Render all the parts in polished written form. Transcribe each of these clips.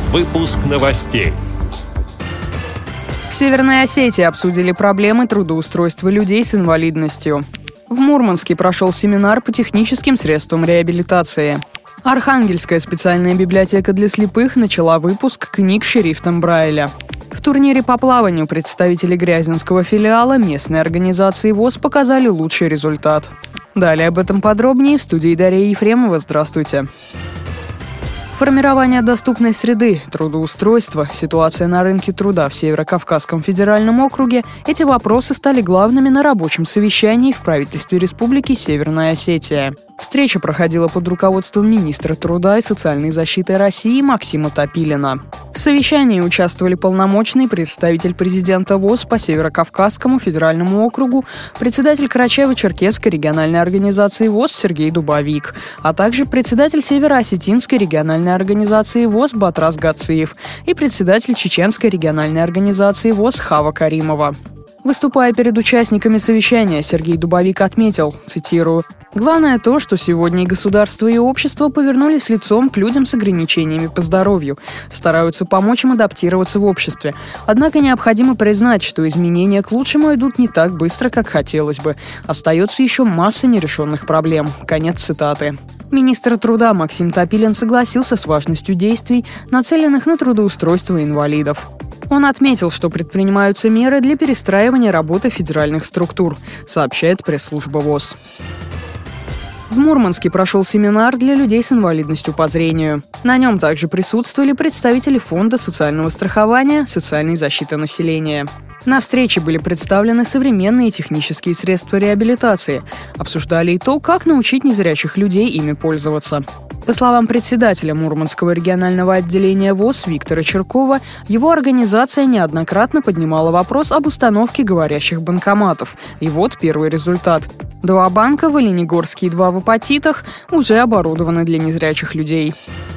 Выпуск новостей. В Северной Осетии обсудили проблемы трудоустройства людей с инвалидностью. В Мурманске прошел семинар по техническим средствам реабилитации. Архангельская специальная библиотека для слепых начала выпуск книг шрифтом Брайля. В турнире по плаванию представители Грязинского филиала местной организации ВОС показали лучший результат. Далее об этом подробнее в студии Дарья Ефремова. Здравствуйте. Формирование доступной среды, трудоустройство, ситуация на рынке труда в Северо-Кавказском федеральном округе – эти вопросы стали главными на рабочем совещании в правительстве Республики Северная Осетия. Встреча проходила под руководством министра труда и социальной защиты России Максима Топилина. В совещании участвовали полномочный представитель президента ВОС по Северо-Кавказскому федеральному округу, председатель Карачаево-Черкесской региональной организации ВОС Сергей Дубовик, а также председатель Северо-Осетинской региональной организации ВОС Батрас Гациев и председатель Чеченской региональной организации ВОС Хава Каримова. Выступая перед участниками совещания, Сергей Дубовик отметил, цитирую, «Главное то, что сегодня и государство, и общество повернулись лицом к людям с ограничениями по здоровью, стараются помочь им адаптироваться в обществе. Однако необходимо признать, что изменения к лучшему идут не так быстро, как хотелось бы. Остается еще масса нерешенных проблем». Конец цитаты. Министр труда Максим Топилин согласился с важностью действий, нацеленных на трудоустройство инвалидов. Он отметил, что предпринимаются меры для перестраивания работы федеральных структур, сообщает пресс-служба ВОС. В Мурманске прошел семинар для людей с инвалидностью по зрению. На нем также присутствовали представители Фонда социального страхования, социальной защиты населения. На встрече были представлены современные технические средства реабилитации. Обсуждали и то, как научить незрячих людей ими пользоваться. По словам председателя Мурманского регионального отделения ВОС Виктора Черкова, его организация неоднократно поднимала вопрос об установке говорящих банкоматов. И вот первый результат. 2 банка в Оленегорске и 2 в Апатитах уже оборудованы для незрячих людей.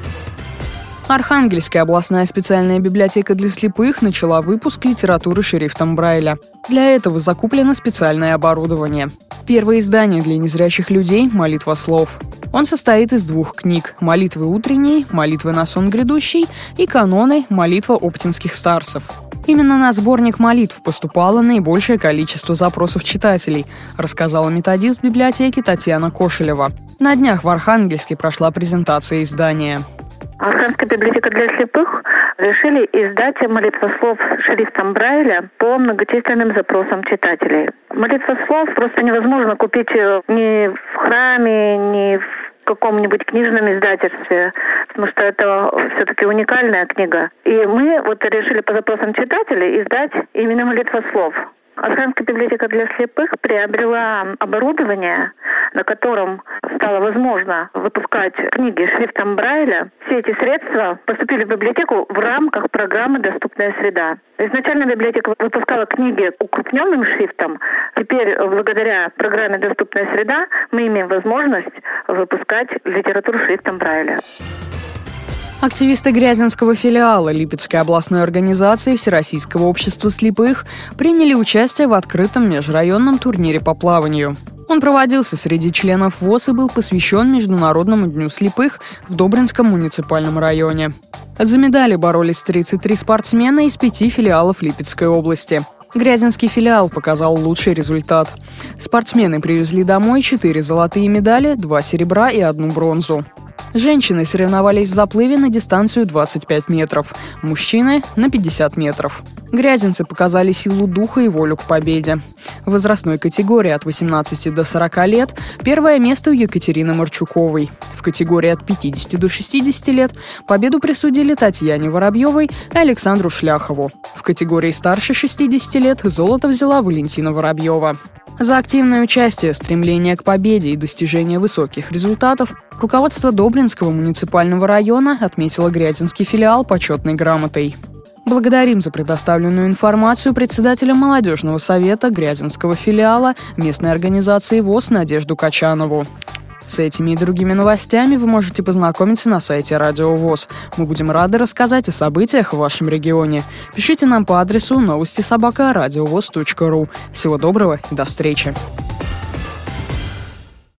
Архангельская областная специальная библиотека для слепых начала выпуск литературы шрифтом Брайля. Для этого закуплено специальное оборудование. Первое издание для незрячих людей «Молитва слов». Он состоит из 2 книг «Молитвы утренней», «Молитвы на сон грядущий» и «Каноны. Молитва оптинских старцев». Именно на сборник молитв поступало наибольшее количество запросов читателей, рассказала методист библиотеки Татьяна Кошелева. На днях в Архангельске прошла презентация издания. Архангельская библиотека для слепых решили издать молитвослов шрифтом Брайля по многочисленным запросам читателей. Молитвослов просто невозможно купить ни в храме, ни в каком-нибудь книжном издательстве, потому что это все-таки уникальная книга. И мы решили по запросам читателей издать именно молитвослов. Архангельская библиотека для слепых приобрела оборудование, на котором стало возможно выпускать книги шрифтом Брайля. Все эти средства поступили в библиотеку в рамках программы «Доступная среда». Изначально библиотека выпускала книги укрупненным шрифтом. Теперь, благодаря программе «Доступная среда», мы имеем возможность выпускать литературу шрифтом Брайля. Активисты Грязинского филиала Липецкой областной организации Всероссийского общества слепых приняли участие в открытом межрайонном турнире по плаванию. Он проводился среди членов ВОС и был посвящен Международному дню слепых в Добринском муниципальном районе. За медали боролись 33 спортсмена из 5 филиалов Липецкой области. Грязинский филиал показал лучший результат. Спортсмены привезли домой 4 золотые медали, 2 серебра и 1 бронзу. Женщины соревновались в заплыве на дистанцию 25 метров, мужчины – на 50 метров. Грязинцы показали силу духа и волю к победе. В возрастной категории от 18 до 40 лет первое место у Екатерины Марчуковой. В категории от 50 до 60 лет победу присудили Татьяне Воробьевой и Александру Шляхову. В категории старше 60 лет золото взяла Валентина Воробьева. За активное участие, стремление к победе и достижение высоких результатов руководство Добринского муниципального района отметило Грязинский филиал почетной грамотой. Благодарим за предоставленную информацию председателя молодежного совета Грязинского филиала местной организации ВОС Надежду Качанову. С этими и другими новостями вы можете познакомиться на сайте Радио ВОС. Мы будем рады рассказать о событиях в вашем регионе. Пишите нам по адресу новости@радиовос.ру. Всего доброго и до встречи.